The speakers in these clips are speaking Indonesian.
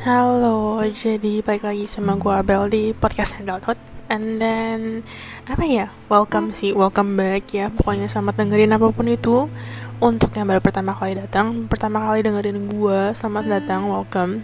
Halo, jadi balik lagi sama gue Abel di podcast Adulthood. And then, welcome back ya. Pokoknya selamat dengerin apapun itu. Untuk yang baru pertama kali dengerin gue, selamat datang, welcome.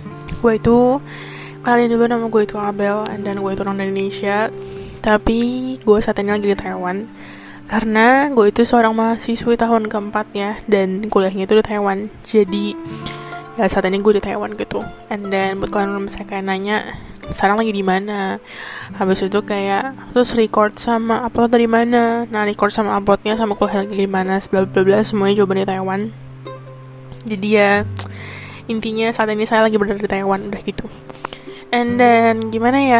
Kalian dulu, nama gue itu Abel, and then gue itu orang Indonesia. Tapi gue saat ini lagi di Taiwan. Karena gue itu seorang mahasiswi tahun keempat ya, dan kuliahnya itu di Taiwan. Jadi ya saat ini gue di Taiwan gitu. And then buat kalian misalnya kayak nanya sekarang lagi di mana, habis itu kayak terus record sama upload dari mana, nah record sama uploadnya sama kuliah lagi di mana, bla bla bla, semuanya jawaban di Taiwan. Jadi ya intinya saat ini saya lagi berada di Taiwan, udah gitu. And then gimana ya,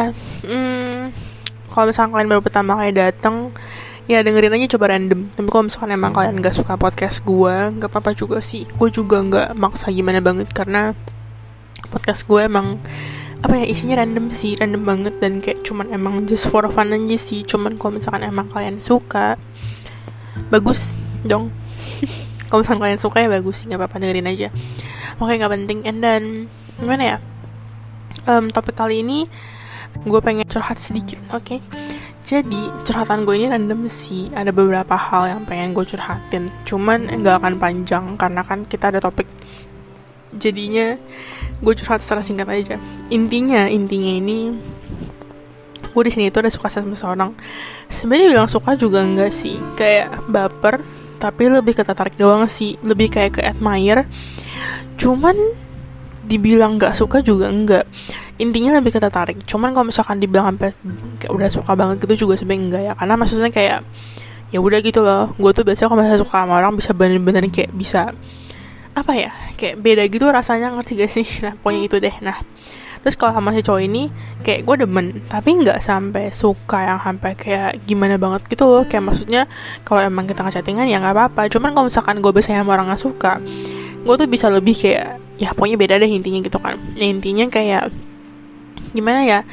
kalau misalnya kalian baru pertama kali datang, ya dengerin aja coba random. Tapi kalau misalkan emang kalian gak suka podcast gue, gak apa-apa juga sih. Gue juga gak maksa gimana banget, karena podcast gue emang isinya random banget. Dan kayak cuman emang just for fun aja sih. Cuman kalau misalkan emang kalian suka, bagus dong. Kalau misalkan kalian suka ya bagus sih, gak apa-apa, dengerin aja. Oke, gak penting. And then gimana ya, topik kali ini gue pengen curhat sedikit, oke? Jadi curhatan gue ini random sih. Ada beberapa hal yang pengen gue curhatin, cuman gak akan panjang karena kan kita ada topik. Jadinya gue curhat secara singkat aja. Intinya ini, gue di sini tuh ada suka sama seseorang. Sebenarnya bilang suka juga enggak sih, kayak baper, tapi lebih ke tertarik doang sih, lebih kayak ke admire. Cuman dibilang gak suka juga enggak, intinya lebih ke tertarik. Cuman kalau misalkan dibilang sampai kayak udah suka banget gitu juga sebenarnya enggak ya, karena maksudnya kayak ya udah gitu loh. Gue tuh biasanya kalau misalnya suka sama orang bisa bener-bener kayak bisa kayak beda gitu rasanya, ngerti gak sih? Nah pokoknya itu deh. Nah terus kalau sama si cowok ini kayak gue demen, tapi nggak sampai suka yang sampai kayak gimana banget gitu loh. Kayak maksudnya kalau emang kita nge-chattingan ya nggak apa-apa. Cuman kalau misalkan gue biasanya sama orang nggak suka, gue tuh bisa lebih kayak ya pokoknya beda deh intinya gitu kan. Ya, intinya kayak gimana ya,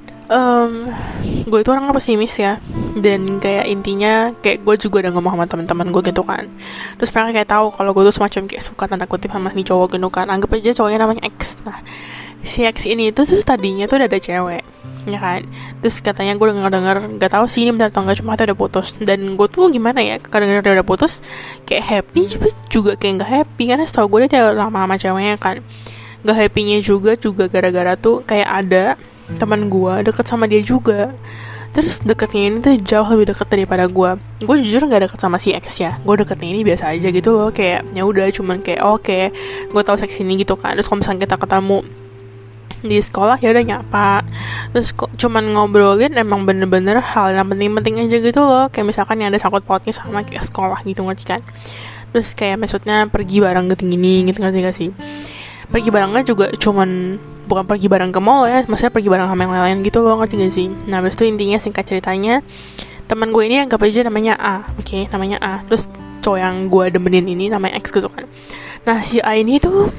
gue itu orang pesimis ya, dan kayak intinya kayak gue juga udah ngomong sama teman-teman gue gitu kan. Terus mereka kayak tahu kalau gue tuh semacam kayak suka tanda kutip sama nih cowok gitu kan. Anggap aja cowoknya namanya X. Nah si X ini tuh tadinya tuh udah ada cewek ya kan. Terus katanya gue denger nggak tahu sih ini benar atau nggak, cuma tuh udah putus. Dan gue tuh gimana ya, kadang dia udah putus kayak happy, tapi juga kayak nggak happy karena setahu gue dia udah lama sama ceweknya kan. Gak happy-nya juga gara-gara tuh kayak ada teman gue deket sama dia juga. Terus deketnya ini tuh jauh lebih deket daripada gue. Gue jujur gak deket sama si X ya, gue deketnya ini biasa aja gitu loh. Kayak ya udah cuman kayak oke, gue tahu seks ini gitu kan. Terus kalau misalnya kita ketemu di sekolah ya udah nyapa, terus cuman ngobrolin emang bener-bener hal yang penting-penting aja gitu loh. Kayak misalkan yang ada sangkut pautnya sama kayak sekolah gitu, ngerti kan. Terus kayak maksudnya pergi bareng ke gini gitu, ngerti gak sih? Pergi barengnya juga cuman bukan pergi bareng ke mall ya, maksudnya pergi bareng sama yang lain gitu loh, ngerti gak sih? Nah habis itu intinya singkat ceritanya, teman gue ini anggap aja namanya A, oke, namanya A. Terus cowok yang gue demenin ini namanya X gitu kan. Nah si A ini tuh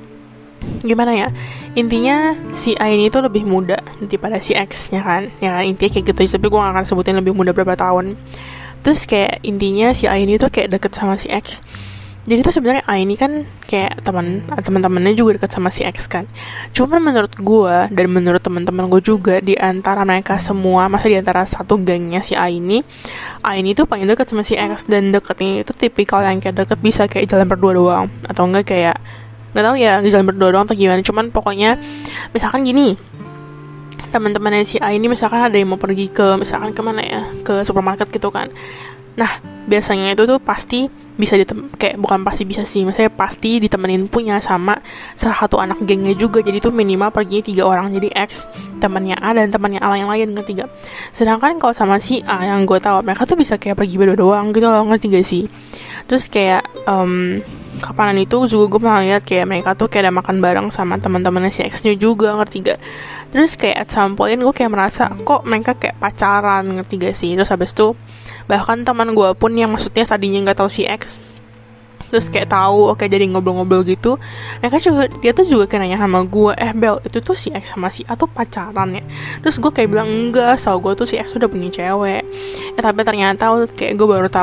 gimana ya, intinya si A ini tuh lebih muda daripada si X ya kan intinya kayak gitu. Tapi gue gak akan sebutin lebih muda berapa tahun. Terus kayak intinya si A ini tuh kayak deket sama si X. Jadi tuh sebenarnya A ini kan kayak teman-temannya juga dekat sama si X kan. Cuman menurut gue dan menurut teman-teman gue juga, di antara mereka semua, masa di antara satu gengnya si A ini tuh paling dekat sama si X. Dan deketnya itu tipikal yang kayak deket bisa kayak jalan berdua doang, atau enggak kayak nggak tahu ya jalan berdua doang atau gimana. Cuman pokoknya misalkan gini, teman-temannya si A ini misalkan ada yang mau pergi ke misalkan kemana ya, ke supermarket gitu kan. Nah biasanya itu tuh pasti bisa kayak bukan pasti bisa sih, maksudnya pasti ditemenin punya sama salah satu anak gengnya juga. Jadi tuh minimal perginya 3 orang, jadi X, temannya A, dan temannya A yang lain, ngerti gak? Sedangkan kalau sama si A yang gue tahu, mereka tuh bisa kayak pergi berdua doang gitu loh, ngerti gak sih? Terus kayak kapanan itu juga gue pernah lihat kayak mereka tuh kayak ada makan bareng sama teman-temannya si X-nya juga, ngerti gak? Terus kayak at some point gue kayak merasa kok mereka kayak pacaran, ngerti gak sih? Terus habis itu bahkan teman gue pun yang maksudnya tadinya nggak tahu si X, terus kayak tahu, oke, jadi ngobrol-ngobrol gitu. Dia tuh juga kayak nanya sama gue, Bel, itu tuh si X sama si A tuh pacaran ya? Terus gue kayak bilang enggak, tau gue tuh si X udah punya cewek. Tapi ternyata kayak gue baru tahu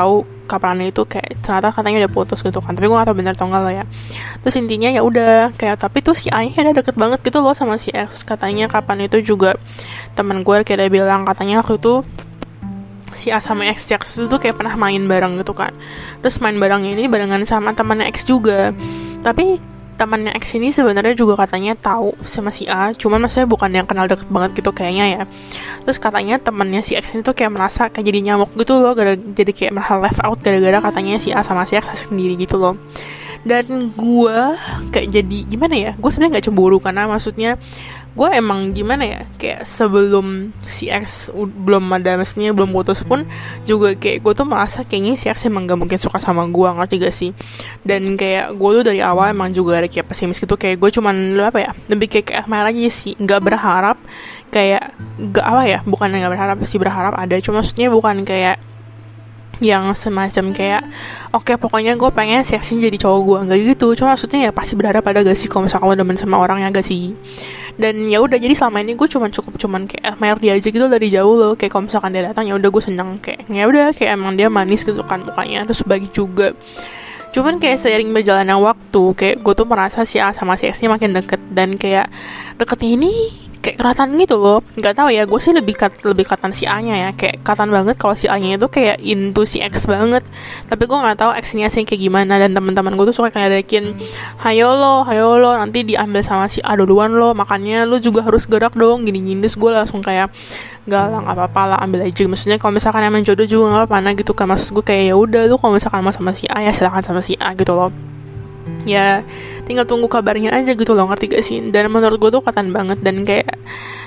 kapan itu kayak ternyata katanya udah putus gitu kan, tapi gue gak tau bener atau enggak lah ya. Terus intinya ya udah kayak, tapi tuh si A-nya udah deket banget gitu loh sama si X. Katanya kapan itu juga teman gue kayak dia bilang katanya waktu itu si A sama X itu tuh kayak pernah main bareng gitu kan. Terus main barengnya ini barengan sama temannya X juga, tapi temannya X ini sebenarnya juga katanya tahu sama si A, cuman maksudnya bukan yang kenal deket banget gitu kayaknya ya. Terus katanya temannya si X ini tuh kayak merasa kayak jadi nyamuk gitu loh, jadi kayak merasa left out gara-gara katanya si A sama si X sendiri gitu loh. Dan gue kayak jadi gimana ya, gue sebenarnya nggak cemburu karena maksudnya gue emang gimana ya, kayak sebelum si X belum ada, maksudnya belum putus pun juga kayak gue tuh merasa kayaknya si X emang gak mungkin suka sama gue, ngerti gak sih? Dan kayak gue tuh dari awal emang juga ada kayak pesimis gitu, kayak gue cuman apa ya, lebih kayak admire aja sih, nggak berharap kayak nggak apa ya, bukan nggak berharap sih, berharap ada, cuma maksudnya bukan kayak yang semacam kayak oke, pokoknya gue pengen si X jadi cowok gue, nggak gitu. Cuma maksudnya ya pasti berharap ada gak sih kalau misalkan lo demen sama orangnya gak sih. Dan ya udah, jadi selama ini gue cuman kayak admire dia aja gitu dari jauh loh, kayak kalau misalkan dia datang ya udah gue seneng, kayak ya udah kayak emang dia manis gitu kan mukanya, terus baik juga. Cuman kayak seiring berjalannya waktu, kayak gue tuh merasa si A sama si X-nya makin deket, dan kayak deketnya ini kayak kelihatan gitu loh. Nggak tahu ya, gue sih lebih kelihatan si A-nya ya, kayak kelihatan banget kalau si A-nya itu kayak into si X banget. Tapi gue nggak tahu X-nya sih kayak gimana, dan teman-teman gue tuh suka ngeledekin, hayo lo nanti diambil sama si A duluan lo, makanya lo juga harus gerak dong gini-gini. Terus gue langsung kayak gak lah, nggak apa-apa lah, ambil aja. Maksudnya kalau misalkan emang jodoh juga nggak apa-apa gitu kan. Maksud gue kayak ya udah, lo kalau misalkan mau sama si A ya silakan sama si A gitu loh. Ya tinggal tunggu kabarnya aja gitu loh, ngerti gak sih? Dan menurut gue tuh kelihatan banget, dan kayak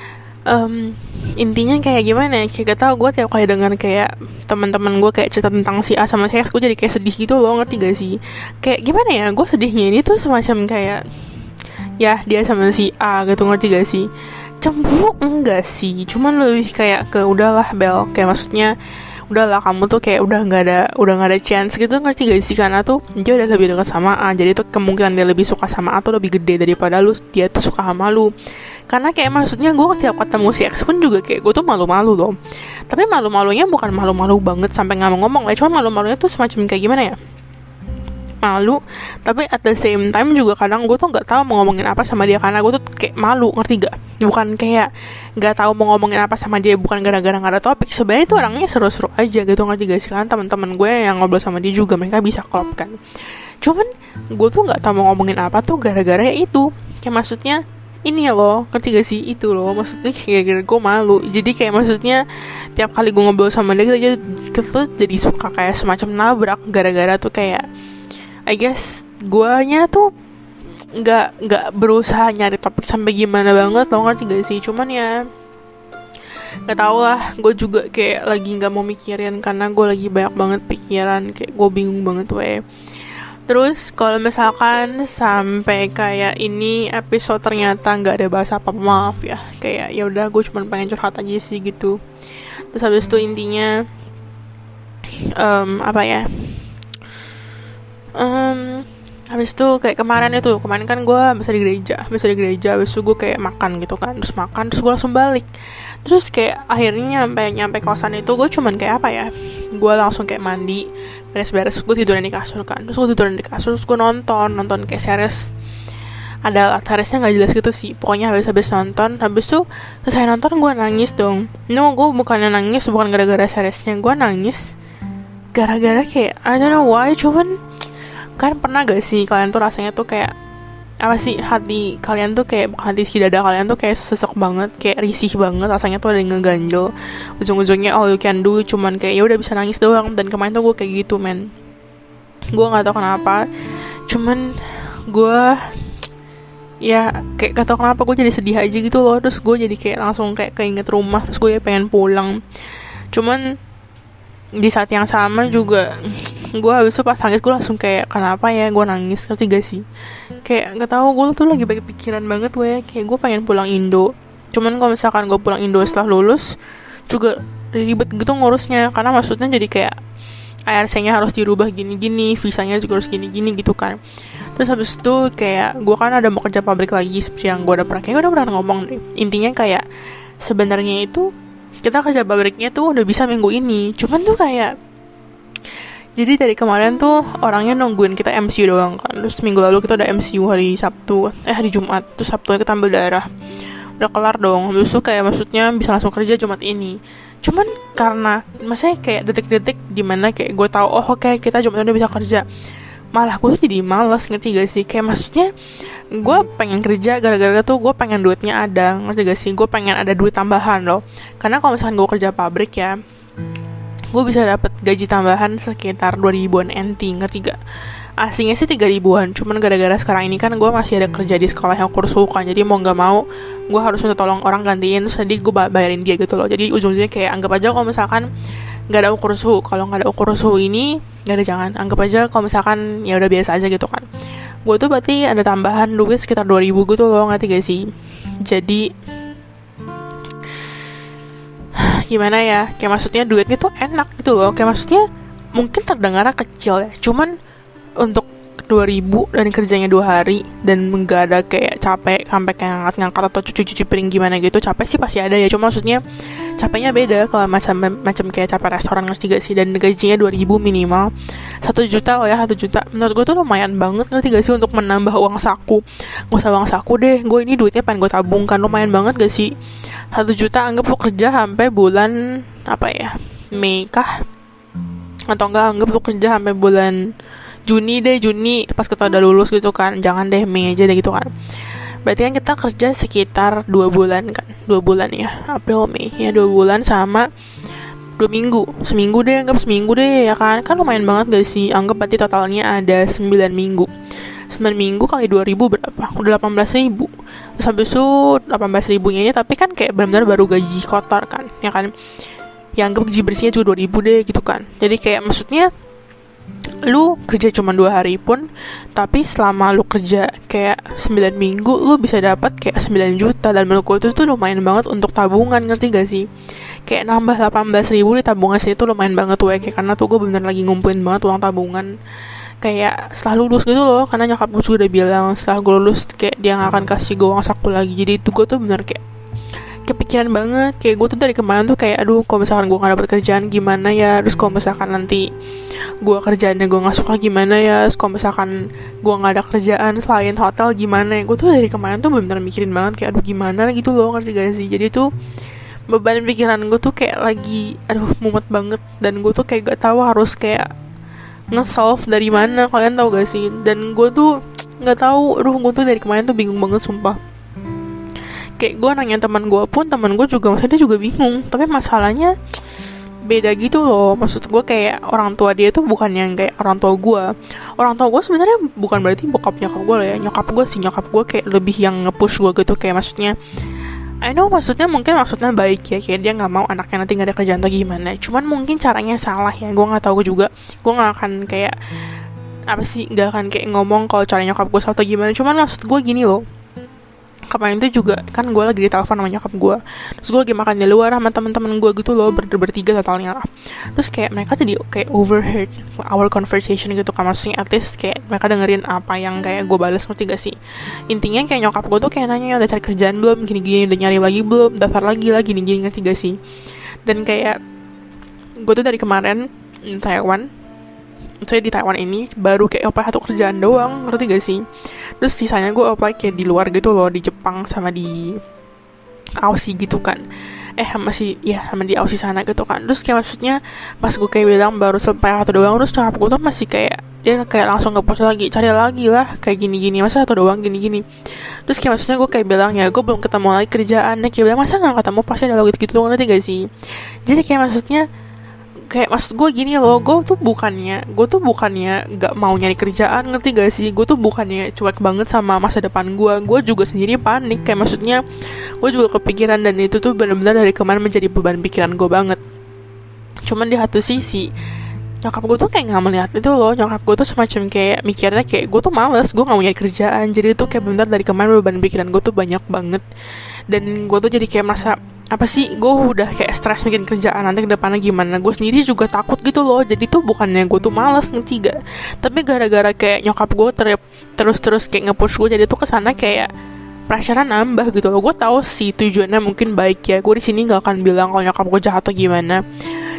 intinya kayak gimana ya, kayak gak tau, gue tiap kali dengar kayak teman-teman gue kayak cerita tentang si A sama si X, gue jadi kayak sedih gitu loh, ngerti gak sih? Kayak gimana ya, gue sedihnya ini tuh semacam kayak ya dia sama si A gitu, ngerti gak sih? Cemburu enggak sih, cuman lebih kayak ke udahlah Bel, kayak maksudnya udahlah kamu tuh kayak udah nggak ada chance gitu, ngerti gak sih? Karena tuh dia udah lebih dekat sama A, jadi tuh kemungkinan dia lebih suka sama A tuh lebih gede daripada dia tuh suka sama lu. Karena kayak maksudnya gue tiap ketemu si X pun juga kayak gue tuh malu-malu loh, tapi malu-malunya bukan malu-malu banget sampai ngomong lah, cuma malu-malunya tuh semacam kayak gimana ya, malu, tapi at the same time juga kadang gue tuh nggak tahu mau ngomongin apa sama dia, karena gue tuh kayak malu, ngerti gak? Bukan kayak nggak tahu mau ngomongin apa sama dia, bukan gara-gara nggak ada topik. Sebenarnya tuh orangnya seru-seru aja gitu, ngerti gak sih? Karena teman-teman gue yang ngobrol sama dia juga mereka bisa klop kan. Cuman gue tuh nggak tahu mau ngomongin apa tuh gara-gara ya itu, kayak maksudnya ini loh, ngerti gak sih? Itu loh maksudnya, kayak gue malu. Jadi kayak maksudnya tiap kali gue ngobrol sama dia kita tuh jadi suka kayak semacam nabrak, gara-gara tuh kayak I guess guanya tuh nggak berusaha nyari topik sampai gimana banget, lo ngerti gak sih? Cuman ya nggak tau lah, gue juga kayak lagi nggak mau mikirin karena gue lagi banyak banget pikiran, kayak gue bingung banget weh. Terus kalau misalkan sampai kayak ini episode ternyata nggak ada bahasa apa, maaf ya, kayak ya udah gue cuma pengen curhat aja sih gitu. Terus habis itu intinya apa ya, habis itu kayak kemarin kan gue habis di gereja, habis itu gue kayak makan gitu kan, terus gue langsung balik. Terus kayak akhirnya nyampe kosan itu gue cuman kayak apa ya, gue langsung kayak mandi, beres-beres, gue tiduran di kasur kan. Terus gue nonton kayak series, ada seriesnya nggak jelas gitu sih, pokoknya habis nonton, habis itu selesai nonton gue nangis dong. No, gue bukan gara-gara seriesnya, gue nangis gara-gara kayak I don't know why, cuman kan pernah gak sih kalian tuh rasanya tuh kayak apa sih, hati kalian tuh kayak, hati si dada kalian tuh kayak sesek banget, kayak risih banget, rasanya tuh ada yang ngeganjel, ujung-ujungnya all you can do cuman kayak ya udah bisa nangis doang. Dan kemarin tuh gue kayak gitu men, gue nggak tahu kenapa, cuman gue ya kayak gak tau kenapa gue jadi sedih aja gitu loh. Terus gue jadi kayak langsung kayak keinget rumah, terus gue ya pengen pulang. Cuman di saat yang sama juga gue habis itu pas nangis gue langsung kayak kenapa ya gue nangis, ngerti gak sih? Kayak nggak tahu, gue tuh lagi banyak pikiran banget kayak gue pengen pulang Indo. Cuman kalau misalkan gue pulang Indo setelah lulus juga ribet gitu ngurusnya, karena maksudnya jadi kayak ARC-nya harus dirubah gini-gini, visanya juga harus gini-gini gitu kan. Terus habis itu kayak gue kan ada mau kerja pabrik lagi seperti yang gue udah pernah ngomong deh. Intinya kayak sebenarnya itu kita kerja pabriknya tuh udah bisa minggu ini, cuman tuh kayak Jadi dari kemarin tuh orangnya nungguin kita MCU doang kan. Terus minggu lalu kita udah MCU hari hari Jumat. Terus Sabtunya kita ambil darah. Udah kelar dong. Terus tuh kayak maksudnya bisa langsung kerja Jumat ini. Cuman karena maksudnya kayak detik-detik dimana kayak gue tahu oke, kita Jumat udah bisa kerja, malah gue tuh jadi malas, ngerti gak sih? Kayak maksudnya gue pengen kerja gara-gara tuh gue pengen duitnya ada, ngerti gak sih? Gue pengen ada duit tambahan loh. Karena kalau misalkan gue kerja pabrik ya, gue bisa dapat gaji tambahan sekitar 2.000-an NT, ngerti gak? Aslinya sih 3.000-an, cuman gara-gara sekarang ini kan gue masih ada kerja di sekolah yang kursus kan, jadi mau gak mau gue harus minta tolong orang gantiin, jadi gue bayarin dia gitu loh. Jadi ujung-ujungnya kayak anggap aja kalau misalkan gak ada ukur suhu, kalau gak ada ukur suhu ini gak ada, jangan anggap aja kalau misalkan ya udah biasa aja gitu kan. Gue tuh berarti ada tambahan duit sekitar 2.000 gitu loh, ngerti gak sih? Jadi gimana ya, kayak maksudnya duitnya tuh enak gitu loh. Kayak maksudnya mungkin terdengarnya kecil ya, cuman untuk 2.000 dan kerjanya 2 hari dan nggak ada kayak capek sampai kayak ngangkat-ngangkat atau cuci-cuci piring gimana gitu, capek sih pasti ada ya, cuma maksudnya capeknya beda kalau macam kayak capek restoran, ngerti gak sih? Dan gajinya 2.000 minimal 1 juta loh ya, 1 juta menurut gue tuh lumayan banget, ngerti gak sih? Untuk menambah uang saku, gak usah uang saku deh, gue ini duitnya pengen gue tabungkan, lumayan banget gak sih? 1 juta anggap lo kerja sampai bulan apa ya, Mei kah? Atau enggak anggap lo kerja sampai bulan Juni pas kita udah lulus gitu kan, jangan deh Mei aja deh gitu kan. Berarti kan kita kerja sekitar 2 bulan kan, 2 bulan ya, April Mei ya, 2 bulan sama 2 minggu, seminggu deh, anggap seminggu deh ya kan lumayan banget gak sih? Anggap berarti totalnya ada 9 minggu 9 minggu kali 2.000 berapa? Udah 18.000. Terus habis itu 18.000 nya ini tapi kan kayak benar-benar baru gaji kotor kan, ya kan? Yang anggap gaji bersihnya juga 2.000 deh gitu kan. Jadi kayak maksudnya lu kerja cuma 2 hari pun, tapi selama lu kerja kayak 9 minggu lu bisa dapat kayak 9 juta. Dan menurut gue itu tuh lumayan banget untuk tabungan, ngerti gak sih? Kayak nambah 18.000 di tabungan sih itu lumayan banget tuh ya, kayak karena tuh gue bener lagi ngumpulin banget uang tabungan kayak setelah lulus gitu loh. Karena nyokap gue juga udah bilang setelah gue lulus kayak dia gak akan kasih gue uang saku lagi. Jadi itu gue tuh bener kayak kepikiran banget, kayak gue tuh dari kemarin tuh kayak aduh kalau misalkan gue gak dapet kerjaan gimana ya, terus kalau misalkan nanti gue kerjaannya gue gak suka gimana ya, terus kalau misalkan gue gak ada kerjaan selain hotel gimana ya. Gue tuh dari kemarin tuh bener-bener mikirin banget kayak aduh gimana gitu loh, ngerti gak sih? Jadi tuh beban pikiran gue tuh kayak lagi aduh mumet banget, dan gue tuh kayak gak tahu harus kayak nge-solve dari mana, kalian tahu gak sih? Dan gue tuh gak tahu, aduh gue tuh dari kemarin tuh bingung banget sumpah. Kayak gue nanya teman gue pun, teman gue juga maksudnya juga bingung, tapi masalahnya beda gitu loh. Maksud gue kayak orang tua dia tuh bukan yang kayak orang tua gue sebenarnya bukan berarti bokap nyokap gue lah ya, nyokap gue kayak lebih yang nge-push gue gitu, kayak maksudnya I know maksudnya mungkin maksudnya baik ya, kayak dia nggak mau anaknya nanti nggak ada kerjaan atau gimana, cuman mungkin caranya salah ya, gue nggak tahu. Gue juga gue nggak akan kayak nggak akan kayak ngomong kalau caranya nyokap gue salah atau gimana, cuman maksud gue gini loh. Kemarin itu juga kan gue lagi ditelepon sama nyokap gue, terus gue lagi makan di luar sama teman-teman gue gitu loh, bertiga totalnya lah. Terus kayak mereka jadi kayak overheard our conversation gitu kan, maksudnya at least kayak mereka dengerin apa yang kayak gue balas, ngerti gak sih? Intinya kayak nyokap gue tuh kayak nanya udah cari kerjaan belum, gini-gini, udah nyari lagi belum, daftar lagi lah, gini-gini, ngerti gak sih? Dan kayak gue tuh dari kemarin di Taiwan, saya di Taiwan ini baru kayak apply 1 kerjaan doang, ngerti gak sih? Terus sisanya gue apply kayak di luar gitu loh, di Jepang sama di Aussie gitu kan, sama di Aussie sana gitu kan. Terus kayak maksudnya pas gue kayak bilang baru sampai 1 doang, terus nyokap gue tuh masih kayak dia kayak langsung nge-post lagi, cari lagi lah kayak gini-gini, masa 1 doang gini-gini. Terus kayak maksudnya gue kayak bilang ya gue belum ketemu lagi kerjaan, kayak bilang masa gak ketemu, pasti ada gitu-gitu, ngerti gak sih? Jadi kayak maksudnya kayak maksud gue gini loh, gue tuh bukannya gak mau nyari kerjaan, ngerti gak sih? Gue tuh bukannya cuek banget sama masa depan gue juga sendiri panik, kayak maksudnya gue juga kepikiran, dan itu tuh benar-benar dari kemarin menjadi beban pikiran gue banget. Cuman di satu sisi nyokap gue tuh kayak gak melihat itu loh, nyokap gue tuh semacam kayak mikirnya kayak gue tuh males, gue gak mau nyari kerjaan. Jadi tuh kayak benar dari kemarin beban pikiran gue tuh banyak banget, dan gue tuh jadi kayak merasa apa sih, gue udah kayak stres mikirin kerjaan nanti ke depannya gimana. Gue sendiri juga takut gitu loh. Jadi tuh bukannya gue tuh malas, ngerti gak? Tapi gara-gara kayak nyokap gue terus kayak nge-push gue, jadi tuh kesana kayak pressure-nya nambah gitu loh. Gue tahu sih tujuannya mungkin baik ya, gue di sini gak akan bilang kalau nyokap gue jahat atau gimana,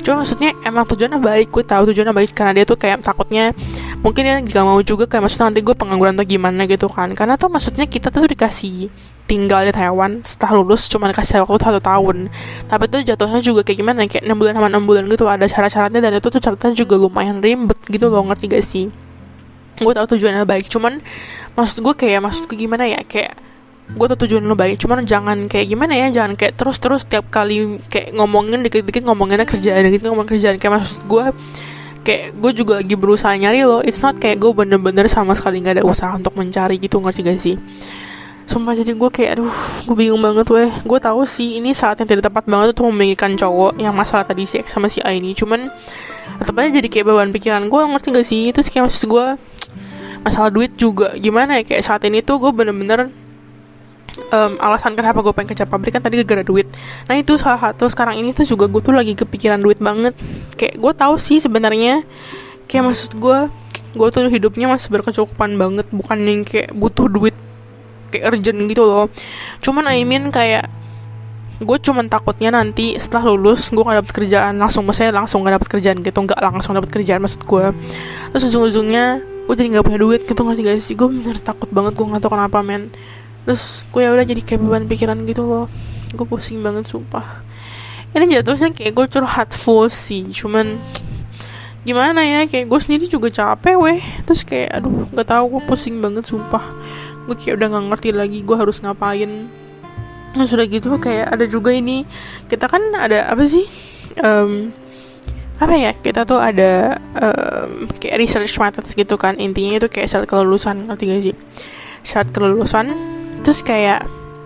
Cuma maksudnya emang tujuannya baik, gue tahu tujuannya baik, karena dia tuh kayak takutnya mungkin dia gak mau juga kayak maksudnya nanti gue pengangguran atau gimana gitu kan. Karena tuh maksudnya kita tuh dikasih tinggal di Taiwan setelah lulus cuma dikasih waktu 1 tahun, tapi tuh jatuhnya juga kayak gimana, kayak 6 bulan sama 6 bulan gitu, ada syarat-syaratnya, dan itu tuh syaratnya juga lumayan ribet gitu loh, ngerti gak sih? Gue tahu tujuannya baik, cuman maksud gue gimana ya, kayak gue tau tujuan lo baik, cuman jangan kayak gimana ya, jangan kayak terus tiap kali kayak ngomongin dikit-dikit ngomonginnya kerjaan, dikit ngomong kerjaan. Kayak maksud gue kayak gue juga lagi berusaha nyari loh, it's not kayak gue bener-bener sama sekali gak ada usaha untuk mencari gitu, ngerti gak sih? Sumpah, jadi gue kayak aduh, gue bingung banget weh. Gue tahu sih ini saat yang tidak tepat banget untuk memikirkan cowok yang masalah tadi si X sama si A ini, cuman tetap aja jadi kayak beban pikiran gue, ngerti gak sih? Terus kayak maksud gue masalah duit juga gimana ya, kayak saat ini tuh gue bener-bener alasan kenapa gue pengen kerja pabrik kan tadi gara-gara duit. Nah itu salah satu, sekarang ini tuh juga gue tuh lagi kepikiran duit banget. Kayak gue tahu sih sebenarnya, kayak maksud gue tuh hidupnya masih berkecukupan banget, bukan yang kayak butuh duit kayak urgent gitu loh. Cuman I mean kayak gue cuman takutnya nanti setelah lulus gue gak dapet kerjaan langsung, maksudnya langsung gak dapet kerjaan gitu, gak langsung dapet kerjaan maksud gue. Terus ujung-ujungnya gue jadi gak punya duit gitu, ngerti gak sih? Gue bener takut banget, gue gak tau kenapa men. Terus gue ya udah jadi kayak beban pikiran gitu loh. Gue pusing banget sumpah. Ini jatuhnya kayak gue curhat full sih, cuman gimana ya, kayak gue sendiri juga capek weh. Terus kayak aduh gak tahu, gue pusing banget sumpah. Gue kayak udah gak ngerti lagi gue harus ngapain. Nah sudah gitu kayak ada juga ini, kita kan ada apa sih, apa ya, kita tuh ada kayak research methods gitu kan. Intinya itu kayak syarat kelulusan, ngerti gak sih? Syarat kelulusan. Terus kayak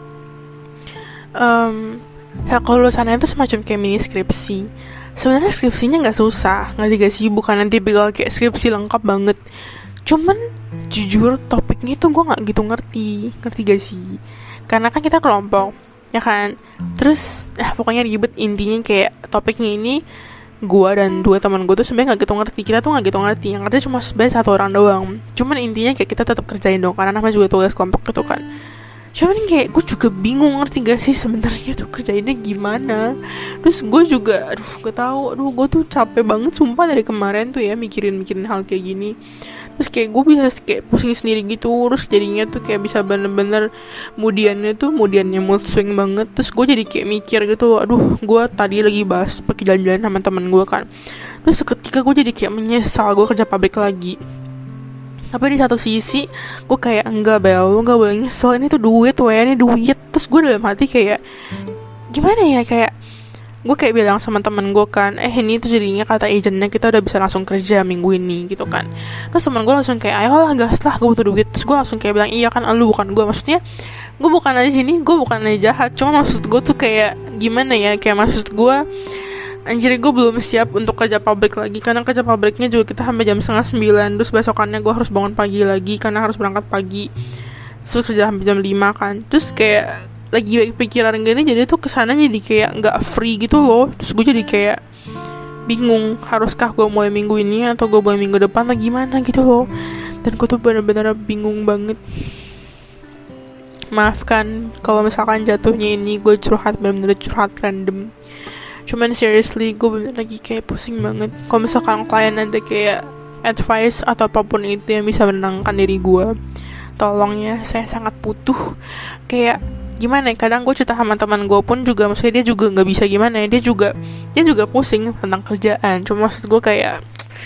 syarat kelulusannya itu semacam kayak mini skripsi. Sebenarnya skripsinya gak susah, ngerti gak sih? Bukan nanti tipikal kayak skripsi lengkap banget. Cuman jujur topiknya tuh gue gak gitu ngerti gak sih? Karena kan kita kelompok, ya kan? Terus pokoknya ribet. Intinya kayak topiknya ini gue dan 2 teman gue tuh sebenarnya gak gitu ngerti. Kita tuh gak gitu ngerti, yang ngerti cuma sebenarnya 1 orang doang. Cuman intinya kayak kita tetap kerjain dong, karena namanya juga tugas kelompok gitu kan. Cuman kayak gue juga bingung, ngerti gak sih sebenarnya tuh kerjainnya gimana. Terus gue juga gue tuh capek banget sumpah dari kemarin tuh ya mikirin hal kayak gini. Terus kayak gue bisa kayak pusing sendiri gitu. Terus jadinya tuh kayak bisa bener-bener moodiannya mood swing banget. Terus gue jadi kayak mikir gitu, aduh gue tadi lagi bahas pergi jalan-jalan sama temen gue kan. Terus seketika gue jadi kayak menyesal gue kerja pabrik lagi. Tapi di satu sisi gue kayak enggak Bel, lu gak boleh nyesel, ini tuh duit ini duit. Terus gue dalam hati kayak gimana ya, kayak gue kayak bilang sama temen gue kan, ini tuh jadinya kata agentnya kita udah bisa langsung kerja minggu ini gitu kan. Terus temen gue langsung kayak ayolah gas lah, gue butuh duit. Terus gue langsung kayak bilang iya kan lu bukan gue, maksudnya gue bukan aja sini, gue bukan aja jahat, cuma maksud gue tuh kayak gimana ya, kayak maksud gue anjir gue belum siap untuk kerja pabrik lagi, karena kerja pabriknya juga kita sampai jam 8:30. Terus besokannya gue harus bangun pagi lagi karena harus berangkat pagi, terus kerja sampai jam 5 kan. Terus kayak lagi pikiran gini, jadi tuh kesana jadi kayak nggak free gitu loh. Terus gue jadi kayak bingung, haruskah gue mulai minggu ini atau gue mulai minggu depan atau gimana gitu loh. Dan gue tuh benar-benar bingung banget. Maafkan kalau misalkan jatuhnya ini gue curhat, benar-benar curhat random. Cuman seriously gue bener lagi kayak pusing banget. Kalau misalkan klien ada kayak advice atau apapun itu yang bisa menenangkan diri gue, tolong ya, saya sangat butuh. Kayak gimana ya, kadang gue cerita sama teman gue pun juga, maksudnya dia juga nggak bisa gimana ya, dia juga pusing tentang kerjaan. Cuma maksud gue kayak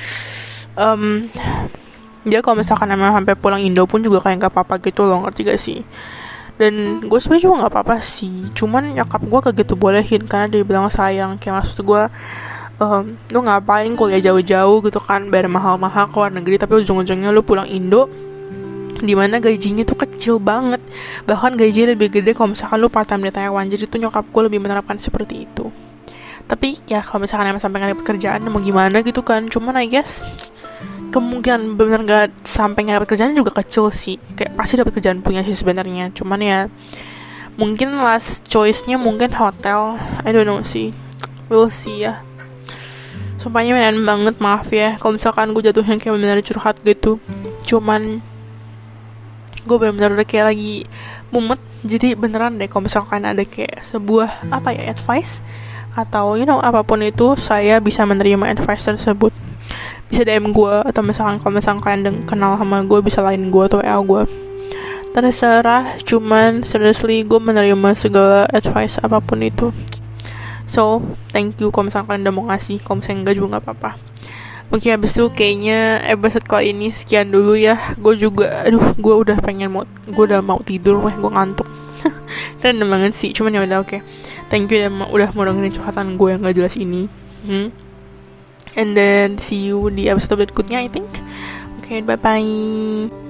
dia kalau misalkan emang sampai pulang Indo pun juga kayak nggak apa-apa gitu loh, ngerti gak sih? Dan gue sebenarnya juga nggak apa-apa sih, cuman nyokap gue kayak gitu bolehin karena dia bilang sayang. Kayak maksud gue lu ngapain kuliah jauh-jauh gitu kan, bayar mahal-mahal ke luar negeri, tapi ujung-ujungnya lu pulang Indo dimana gajinya tuh kecil banget, bahkan gajinya lebih gede kalau misalkan lu part time di Taiwan. Jadi tuh nyokap gue lebih menerapkan seperti itu. Tapi ya kalau misalkan emang sampai gak dapet kerjaan mau gimana gitu kan. Cuman I guess kemungkinan bener gak sampai gak dapet kerjaan juga kecil sih. Kayak pasti dapet kerjaan punya sih sebenarnya. Cuman ya mungkin last choice-nya mungkin hotel, I don't know sih, we'll see ya. Sumpahnya menarik banget, maaf ya kalau misalkan gue jatuhnya kayak bener curhat gitu. Cuman gue bener-bener kayak lagi mumet. Jadi beneran deh kalau misalkan ada kayak sebuah advice atau apapun itu, saya bisa menerima advice tersebut. Bisa DM gue, atau misalkan kalau misalkan kalian kenal sama gue, bisa line gue atau WA gue, terserah. Cuman seriously, gue menerima segala advice apapun itu. So thank you kalau misalkan kalian udah mau ngasih. Kalau misalnya enggak juga gak apa-apa. Oke, habis itu kayaknya episode kali ini sekian dulu ya. Gue juga, gue udah mau tidur, gue ngantuk. Random banget sih, cuman ya udah oke. Thank you udah mau dengerin curhatan gue yang gak jelas ini. And then see you di episode berikutnya, I think. Okay, bye bye.